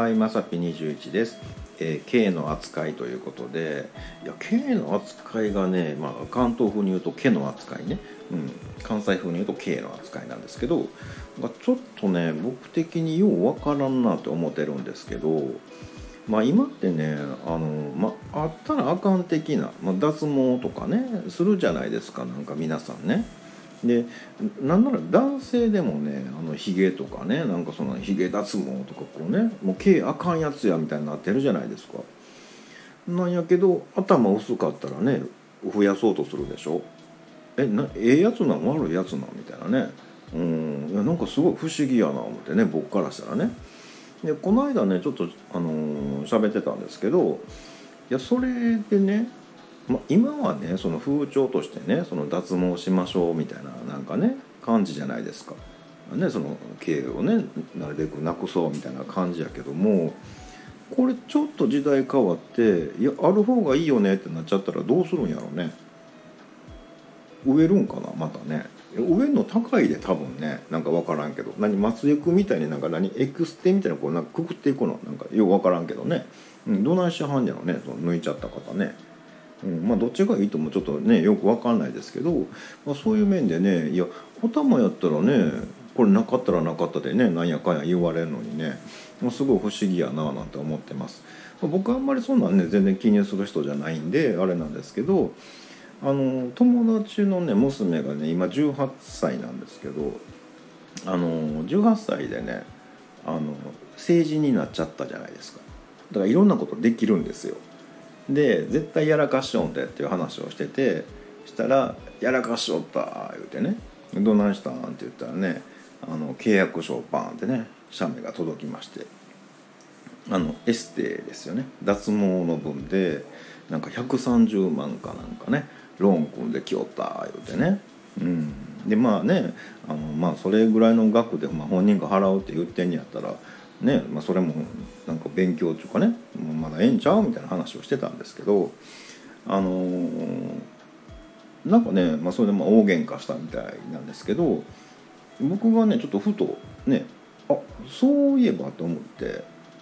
はい、まさぴ21です。K の扱いということで、K の扱いがね、関東風に言うと毛の扱いね、関西風に言うと K の扱いなんですけど、ちょっとね、僕的にようわからんなと思ってるんですけど、今ってね、あったらあかん的な、脱毛とかね、するじゃないですか、なんか皆さんね。で、なんなら男性でもね、ヒゲとかね、なんかそのヒゲ脱毛とかこうね、もう毛あかんやつやみたいになってるじゃないですか。なんやけど頭薄かったらね、増やそうとするでしょ。ええやつなん悪いやつなんみたいなね。いやなんかすごい不思議やな思ってね、僕からしたらね。でこの間ねちょっと喋ってたんですけど、それでね、今はねその風潮としてね、その脱毛しましょうみたいななんかね感じじゃないですか。ね、その毛をねなるべくなくそうみたいな感じやけども、これちょっと時代変わって、ある方がいいよねってなっちゃったらどうするんやろうね。植えるんかな、またね。植えるの高いで多分ね、なんか分からんけど、松江区みたいになんかエクステみたいなこうなんかくくっていくのなんかよく分からんけどね、どないしはんやろね、その抜いちゃった方ね。どっちがいいともちょっとねよく分かんないですけど、そういう面でね、頭やったらね、これなかったらなかったでね、なんやかんや言われるのにね、すごい不思議やななんて思ってます。僕はあんまりそんなんね全然気にする人じゃないんであれなんですけど、友達のね娘がね今18歳なんですけど、18歳でね成人になっちゃったじゃないですか。だからいろんなことできるんですよ。で絶対やらかしよんでっていう話をしてて、したらやらかしよった言うてね、どないしたんって言ったらね、契約書をバーンってね写メが届きまして、エステですよね、脱毛の分でなんか130万かなんかねローン組んできよった言うてね。でそれぐらいの額で、本人が払うって言ってんやったらね、それもなんか勉強っていうかね、まだええんちゃうみたいな話をしてたんですけど、なんかね、それで大喧嘩したみたいなんですけど、僕がねちょっとふとね、そういえばと思って、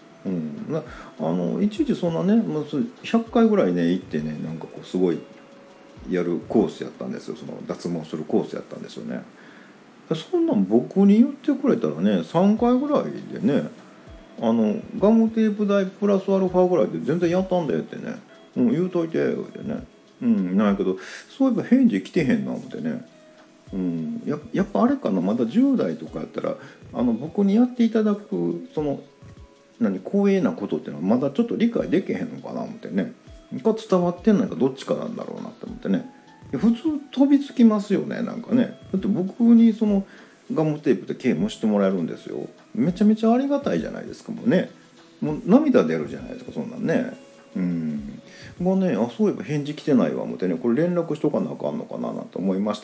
いちいちそんなね、100回ぐらいね行ってね、なんかこうすごいやるコースやったんですよ。その脱毛するコースやったんですよね。そんなん僕に言ってくれたらね、3回ぐらいでね、ガムテープ代プラスアルファぐらいで全然やったんだよってね、言うといてってね。なんやけど、そういえば返事来てへんな思ってね。やっぱあれかな、まだ10代とかやったら僕にやっていただくその光栄なことっていうのはまだちょっと理解できへんのかな思ってね。伝わってんのかどっちかなんだろうなって思ってね。普通飛びつきますよね、なんかね。だって僕にそのガムテープで毛蒸してもらえるんですよ。めちゃめちゃありがたいじゃないですか。もうね、もう涙出るじゃないですか、そんなんね。そういえば返事来てないわ思ってね、これ連絡しとかなあかんのかななんて思いました。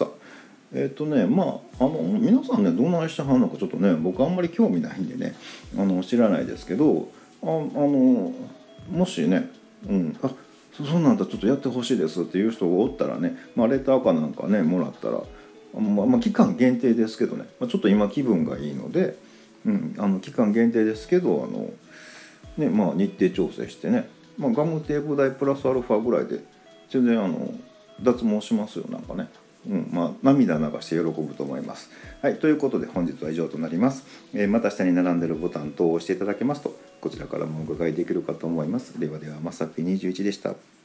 皆さんねどないしてはんのかちょっとね僕あんまり興味ないんでね知らないですけど、もしね、そんなんだちょっとやってほしいですっていう人がおったらね、レターかなんかねもらったら、期間限定ですけどね、ちょっと今気分がいいので、期間限定ですけど日程調整してね、ガムテープ代プラスアルファぐらいで全然脱毛しますよ、なんかね。涙流して喜ぶと思います。はい、ということで本日は以上となります。また下に並んでいるボタン等を押していただけますとこちらからもお伺いできるかと思います。ではでは、まさぴ21でした。